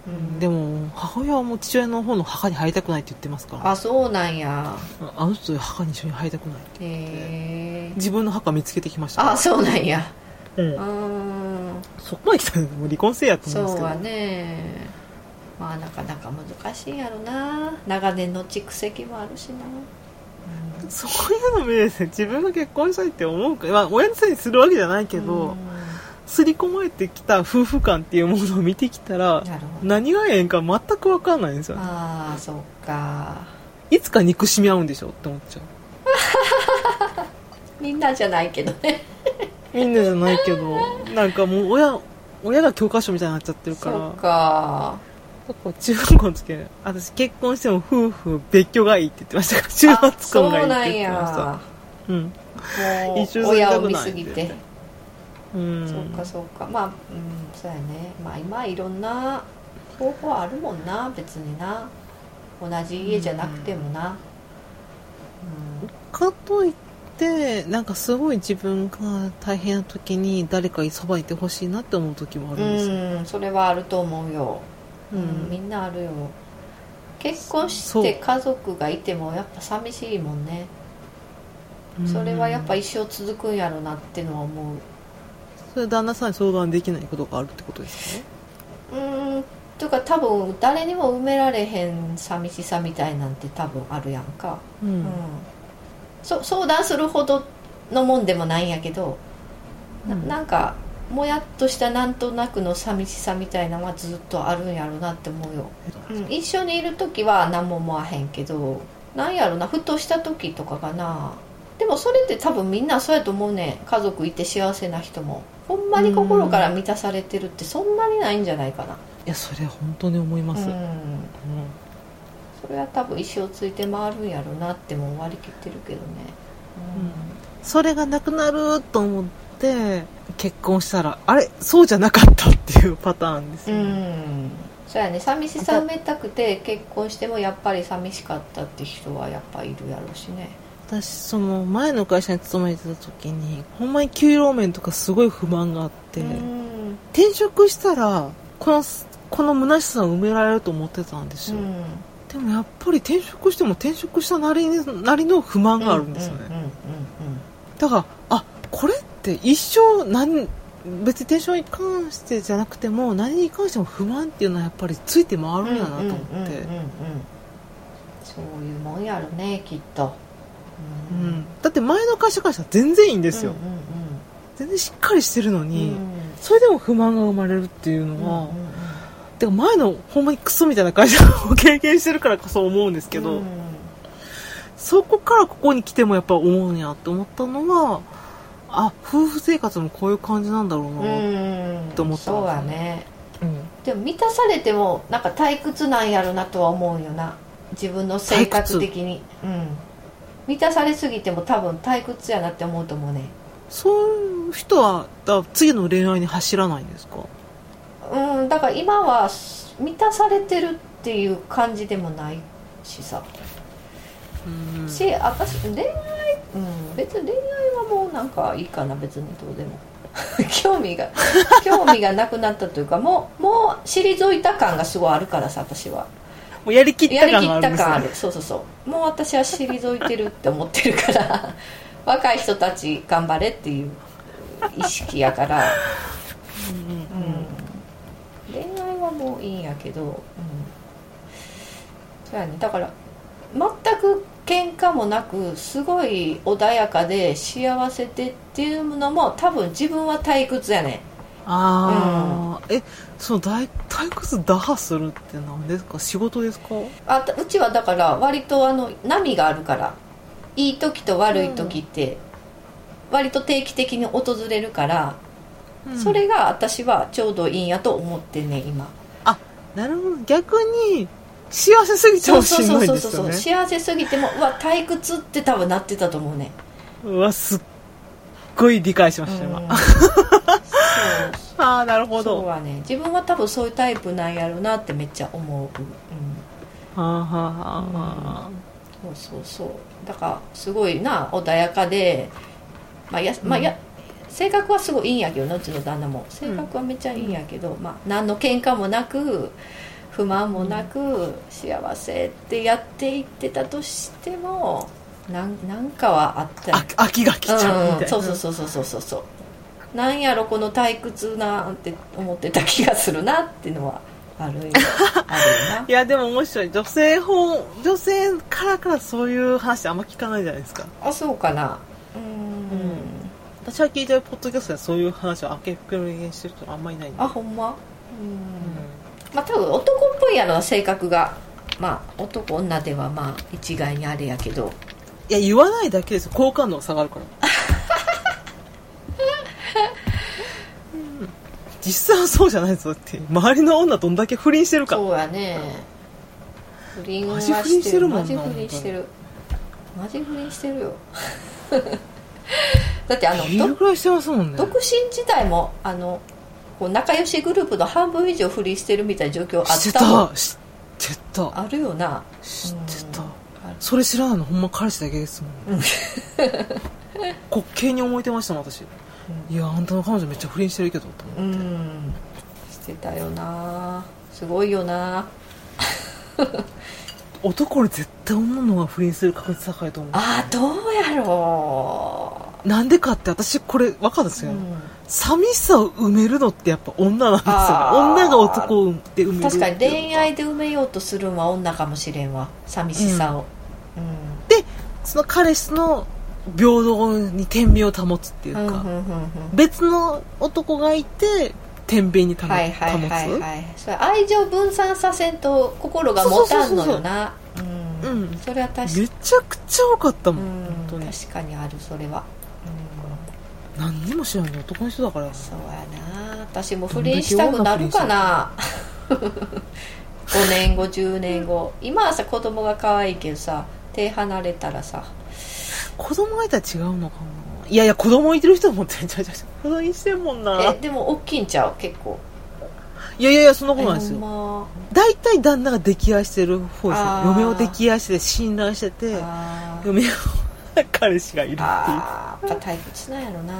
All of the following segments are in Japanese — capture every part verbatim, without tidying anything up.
うん、でも母親はもう父親の方の墓に入りたくないって言ってますから、ね、 あ、そうなんや。 あの人墓に一緒に入りたくないって言って、 へ自分の墓見つけてきましたから。 あ、そうなんや、 うん、あそこまで来たらもう離婚せえやと思うんですけど。 そうはね、まあなかなか難しいやろな、長年の蓄積もあるしな、 うん、そういうの見ですね、自分が結婚したいって思うか、まあ、親のせいにするわけじゃないけど、うん、刷り込まれてきた夫婦観っていうものを見てきたら何がええんか全く分かんないんですよね。 ああ、そっか、 いつか憎しみ合うんでしょって思っちゃうみんなじゃないけどねみんなじゃないけど、なんかもう親親が教科書みたいになっちゃってるから。 そっか、 中学校の時私結婚しても夫婦別居がいいって言ってましたから、中学婚がいいって言ってました。うん、 もう親を見すぎて、 うん、 そうかそうか、まあ、うん、そうやね、まあ今いろんな方法あるもんな、別にな、同じ家じゃなくてもな、うんうん、 かといってなんかすごい自分が大変な時に誰かにそばにいてほしいなって思う時もあるんですよ。 うん、それはあると思うよ、うん、みんなあるよ。結婚して家族がいてもやっぱ寂しいもんね。それはやっぱ一生続くんやろなってのは思う。 それ旦那さんに相談できないことがあるってことですかね。 うーん、というか多分誰にも埋められへん寂しさみたいなんて多分あるやんか、うんうん、そ相談するほどのもんでもないんやけど、うん、な, なんかもやっとしたなんとなくの寂しさみたいなのはずっとあるんやろなって思うよ、うん、一緒にいる時は何も思わへんけど、なんやろな、ふとした時とかかな。でもそれって多分みんなそうやと思うね。家族いて幸せな人もほんまに心から満たされてるってそんなにないんじゃないかな。いや、それは本当に思います、うんうん、 それは多分一生ついて回るんやろなってもう割り切ってるけどね、 うんうん、それがなくなると思って結婚したらあれそうじゃなかったっていうパターンですよね、うん、 そうやね。寂しさ埋めたくて結婚してもやっぱり寂しかったって人はやっぱいるやろうしね。 私その前の会社に勤めてた時にほんまに給料面とかすごい不満があって、うん、転職したらこのこの虚しさを埋められると思ってたんですよ、うん、でもやっぱり転職しても転職したなりなりの不満があるんですよね。だからあこれって一生何別に転職に関してじゃなくても何に関しても不満っていうのはやっぱりついて回るんやなと思って、 そういうもんやろねきっと、 うん、だって前の会社からしたら全然いいんですよ、うんうんうん、全然しっかりしてるのに、うん、それでも不満が生まれるっていうのは、うんうんうん、てか前のほんまにクソみたいな会社を経験してるからこそ思うんですけど、うん、そこからここに来てもやっぱ思うんやって思ったのはあ夫婦生活もこういう感じなんだろうなって思った、 そうだね、うん、でも満たされてもなんか退屈なんやろなとは思うよな、自分の生活的に、うん、満たされすぎても多分退屈やなって思うと思うね。 そういう人は次の恋愛に走らないんですか？ うん、だから今は満たされてるっていう感じでもないしさ、うん、し私恋愛、うん、別に恋愛はもうなんかいいかな、別にどうでも興味が興味がなくなったというかもうもう退いた感がすごいあるからさ、私はもうやりきった感があるんですね。やりきった感ある、 そうそうそう、もう私は退いてるって思ってるから若い人たち頑張れっていう意識やからうん、うん、恋愛はもういいんやけど、うん、そうやね。だから全く喧嘩もなくすごい穏やかで幸せでっていうのも多分自分は退屈やね。 ああ、うん、え、その退屈打破するって何ですか？仕事ですか？ あ、うちはだから割とあの波があるから、いい時と悪い時って割と定期的に訪れるから、うん、それが私はちょうどいいんやと思ってね今。 あ、なるほど。逆に幸せすぎてもしんどいんですよね。 幸せすぎてもうわ退屈って多分なってたと思うね。 うわすっごい理解しました今、うん、そうああなるほど。 そうはね、自分は多分そういうタイプなんやろうなってめっちゃ思う、うん、 はあはあはあ、 うん、そうそうそう。だからすごいな穏やかで、まあやまあや、うん、性格はすごいいいんやけど、うちの旦那も性格はめっちゃいいんやけど、うん、まあ何の喧嘩もなく不満もなく幸せってやっていってたとしても、なん、なんかはあったよ。 飽きが来ちゃうみたいな、うん、 そうそうそうそうそうそう、なんやろこの退屈なんて思ってた気がするなっていうのはあるよあるよな。 いやでも面白い、女性本女性からからそういう話あんま聞かないじゃないですか。 あ、そうかな。うーん、うん、 私は聞いてるポッドキャストでそういう話を明け暮れにしてる人あんまりいないんで。 あ、ほんま。うん、うん、まあ多分男っぽいやろな、性格が。まあ男女ではまあ一概にあれやけど、 いや言わないだけですよ、好感度が下がるからうん、実際はそうじゃないぞって。周りの女どんだけ不倫してるか。 そうやね、不倫はしてる。マジ不倫してるもんな。マジ不倫してるマジ不倫してるよだってあのいるぐらいしてますもんね。 独身時代もあのこう仲良しグループの半分以上不倫してるみたいな状況あったもん。 知ってた知ってた。 あるよな。 知ってた、うん、それ知らないのほんま彼氏だけですもん、ね、滑稽に思えてましたもん私、うん、いやあんたの彼女めっちゃ不倫してるけどと思って、うん、 してたよな。すごいよな男に絶対女の方が不倫する確率高いと思う。 ああ、どうやろう。なんでかって私これ分かるんですよ、うん、寂しさを埋めるのってやっぱ女なんですよね。女が男をで埋める。 確かに恋愛で埋めようとするのは女かもしれんわ、寂しさを、うんうん、でその彼氏の平等に天秤を保つっていうか、うんうんうんうん、別の男がいて天秤に保つ、はいはいはいはい、 それ愛情分散させんと心が持たんのよな。うん、それは確かにめちゃくちゃ多かったもん、うん、本当に確かにある。それは、 うん、何にも知らない男の人だから。 そうやな。私も不倫したくなるかなごねんごじゅうねんご。今はさ子供が可愛いけどさ、手離れたらさ、 子供がいたら違うのかな。いやいや子供いてる人もちゃちゃちゃ不倫してるもんな。 えでも大きいんちゃう結構。 いやいやいやそんなことないですよ。大体、ま、旦那が溺愛してる方ですよ。嫁を溺愛して信頼してて嫁を彼氏がいるっていう。 あやっぱ退屈なんやろな。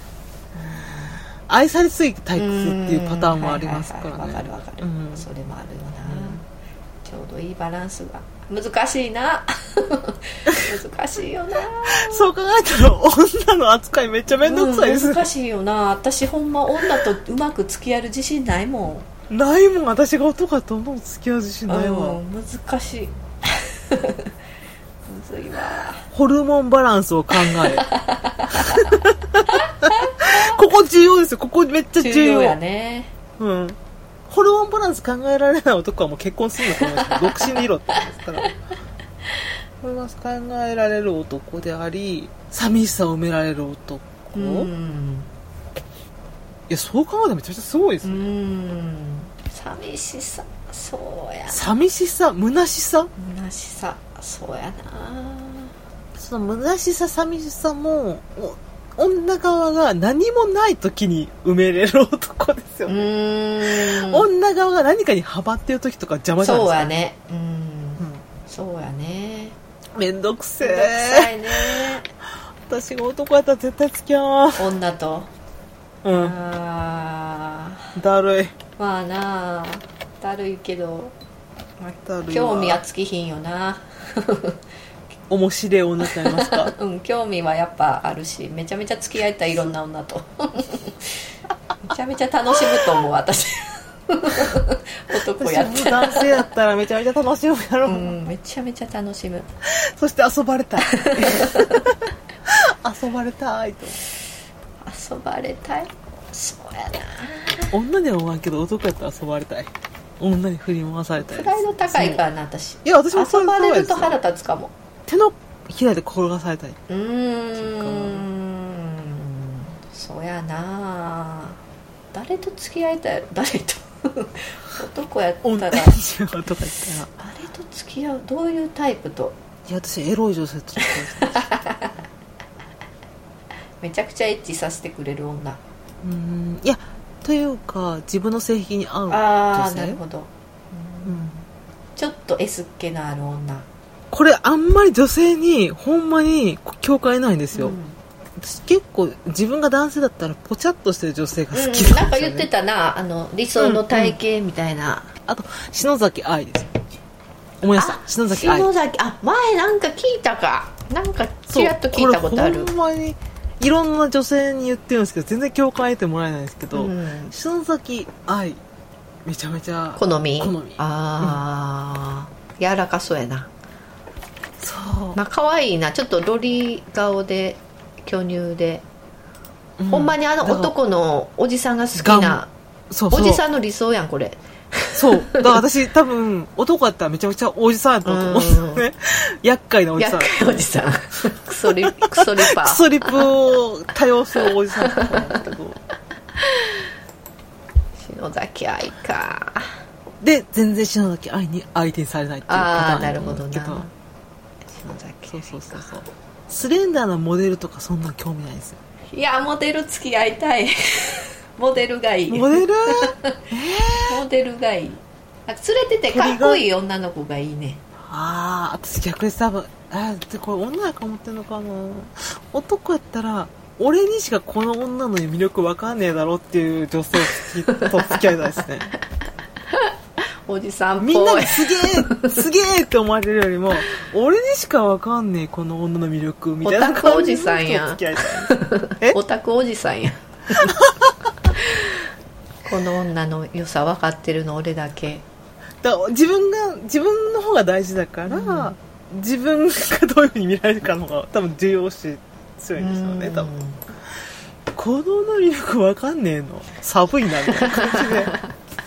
愛されすぎて退屈っていうパターンもありますからね。わ、 はいはいはい、かるわかる、うん、それもあるよな、うん、ちょうどいいバランスが難しいな難しいよな。 そう考えたら女の扱いめっちゃめんどくさいです、 うん、難しいよな。私ほんま女とうまく付き合える自信ないもん。ないもん。私が男と女と付き合う自信ないわ、 うん、難しいむずいわ。 ホルモンバランスを考えここ重要ですよ。ここめっちゃ重要。 重要やね。 うん。ホルモンバランス考えられない男はもう結婚するんだと思います独身でいろって言うんですからホルモンバランス考えられる男であり、寂しさを埋められる男。うん。いやそう考えたらめちゃめちゃすごいですね。うん。 寂しさ、そうやな。 寂しさ、虚しさ、 虚しさ、そうやな。 その虚しさ、寂しさも女側が何もない時に埋めれる男ですよね。うーん、女側が何かにハマってる時とか邪魔じゃないですか。 そうやね。うん、うん、そうやね。 めんどくせえ。 めんどくさいね。 私が男やったら絶対付き合わん。 女と。 うん。あだるい。 まあなあ、だるいけど、まあ、興味は尽きひんよな。 面白い女ちゃいますかうん、興味はやっぱあるし、めちゃめちゃ付き合いたい、いろんな女とめちゃめちゃ楽しむと思う私男やったら。 男性やったらめちゃめちゃ楽しむやろう、 うん、めちゃめちゃ楽しむ。 そして遊ばれたい遊ばれたいと。 遊ばれたい、そうやな。 女には思わんけど男やったら遊ばれたい。女に振り回されたい。 プライド高いからな私。 いや私も遊ばれると腹立つかも。 手のひらで転がされたい。 うーん、そうやな。誰と付き合いたい。誰と男やったら男やったら誰と付き合う。どういうタイプと。 いや私エロい女性と付き合いめちゃくちゃエッチさせてくれる女。 うーん、いやというか自分の性癖に合う女性。 ああなるほど、うん、ちょっと S っ気のある女。 これあんまり女性にほんまに共感ないんですよ、うん、私結構自分が男性だったらポチャッとしてる女性が好きなんですよね、 うん、なんか言ってたな、あの理想の体型みたいな、 あと篠崎愛です。思い出した。篠崎愛。 篠崎、あ、前なんか聞いたか、なんかちらっと聞いたことある。 ほんまにいろんな女性に言ってるんですけど全然共感得てもらえないんですけど、うん、篠崎愛めちゃめちゃ好み。 好み。 ああ、うん、柔らかそうやな。 そう。 まあ可愛いな。ちょっとロリ顔で巨乳で、うん、ほんまにあの男のおじさんが好きな、そうそう、おじさんの理想やんこれ。 そうだから私多分男だったらめちゃめちゃおじさんやったと思うんですよね。厄介なおじさん。 厄介なおじさん。クソリクソリパー。 クソリプを多用するおじさんだったんですけど。 篠崎愛か。 で全然篠崎愛に相手にされないっていうパターン。 ああ、なるほどな。篠崎愛。そうそうそうそう。スレンダーなモデルとかそんな興味ないんですよ。 いやモデル付き合いたい。モデルがいい。 モデル、えー、モデルがいい。連れててかっこいい女の子がいいね。 ああ、私逆に多分あでこれ女やか思ってんのかな。男やったら俺にしかこの女の魅力わかんねえだろっていう女性と付き合いたいですね。 おじさんっぽい。 みんなにすげえすげえって思われるよりも俺にしかわかんねえこの女の魅力みたいな感じの人と付き合いたい。 オタクおじさんや。この女の良さ分かってるの俺だけだ。自分が自分の方が大事だから、うん、自分がどういう風に見られるかの方が多分重要視強いんですよね。多分この女の魅力分かんねえの寒いなみたいな感じで。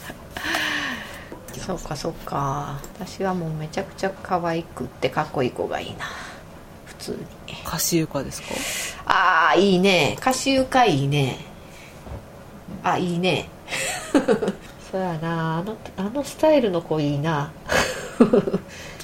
そうかそうか。私はもうめちゃくちゃ可愛くってかっこいい子がいいな。普通に。 カシユカですか。 ああいいね。カシユカいいね。あいいね。そうやな、あのあのスタイルの子いいな。